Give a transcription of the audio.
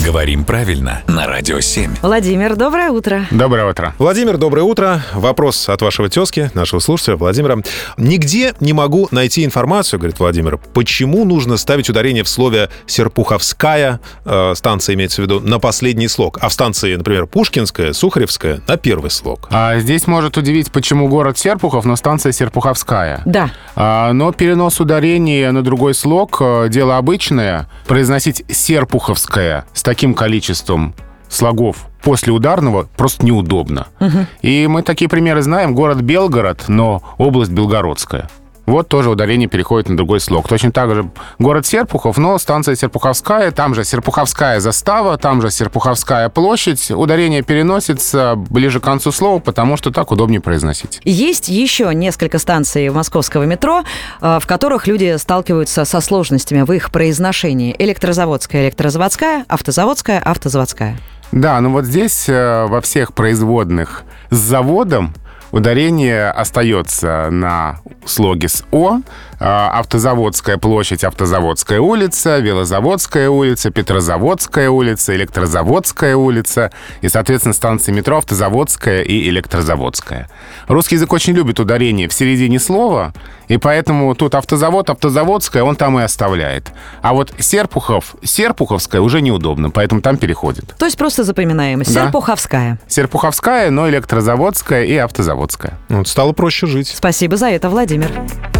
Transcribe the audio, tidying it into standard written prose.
Говорим правильно на Радио 7. Владимир, доброе утро. Доброе утро. Владимир, доброе утро. Вопрос от вашего тезки, нашего слушателя Владимира. Нигде не могу найти информацию, говорит Владимир, почему нужно ставить ударение в слове «Серпуховская», станция имеется в виду, на последний слог, а в станции, например, Пушкинская, Сухаревская на первый слог. Здесь может удивить, почему город Серпухов, но станция Серпуховская. Да. Но перенос ударения на другой слог — дело обычное. Произносить «Серпуховская» с таким количеством слогов после ударного просто неудобно. И мы такие примеры знаем. Город Белгород, но область Белгородская. Вот тоже ударение переходит на другой слог. Точно так же город Серпухов, но станция Серпуховская, там же Серпуховская застава, там же Серпуховская площадь. Ударение переносится ближе к концу слова, потому что так удобнее произносить. Есть еще несколько станций московского метро, в которых люди сталкиваются со сложностями в их произношении. Электрозаводская, электрозаводская, автозаводская, автозаводская. Да, ну вот здесь во всех производных с заводом ударение остается на слоге с «о». Автозаводская площадь, Автозаводская улица, Велозаводская улица, Петрозаводская улица, Электрозаводская улица и, соответственно, станции метро Автозаводская и Электрозаводская. Русский язык очень любит ударение в середине слова, и поэтому тут автозавод, Автозаводская, он там и оставляет. А вот Серпухов, Серпуховская уже неудобно, поэтому там переходит. То есть просто запоминаем. Да. Серпуховская. Серпуховская, но Электрозаводская и Автозаводская. Вот стало проще жить. Спасибо за это, Владимир.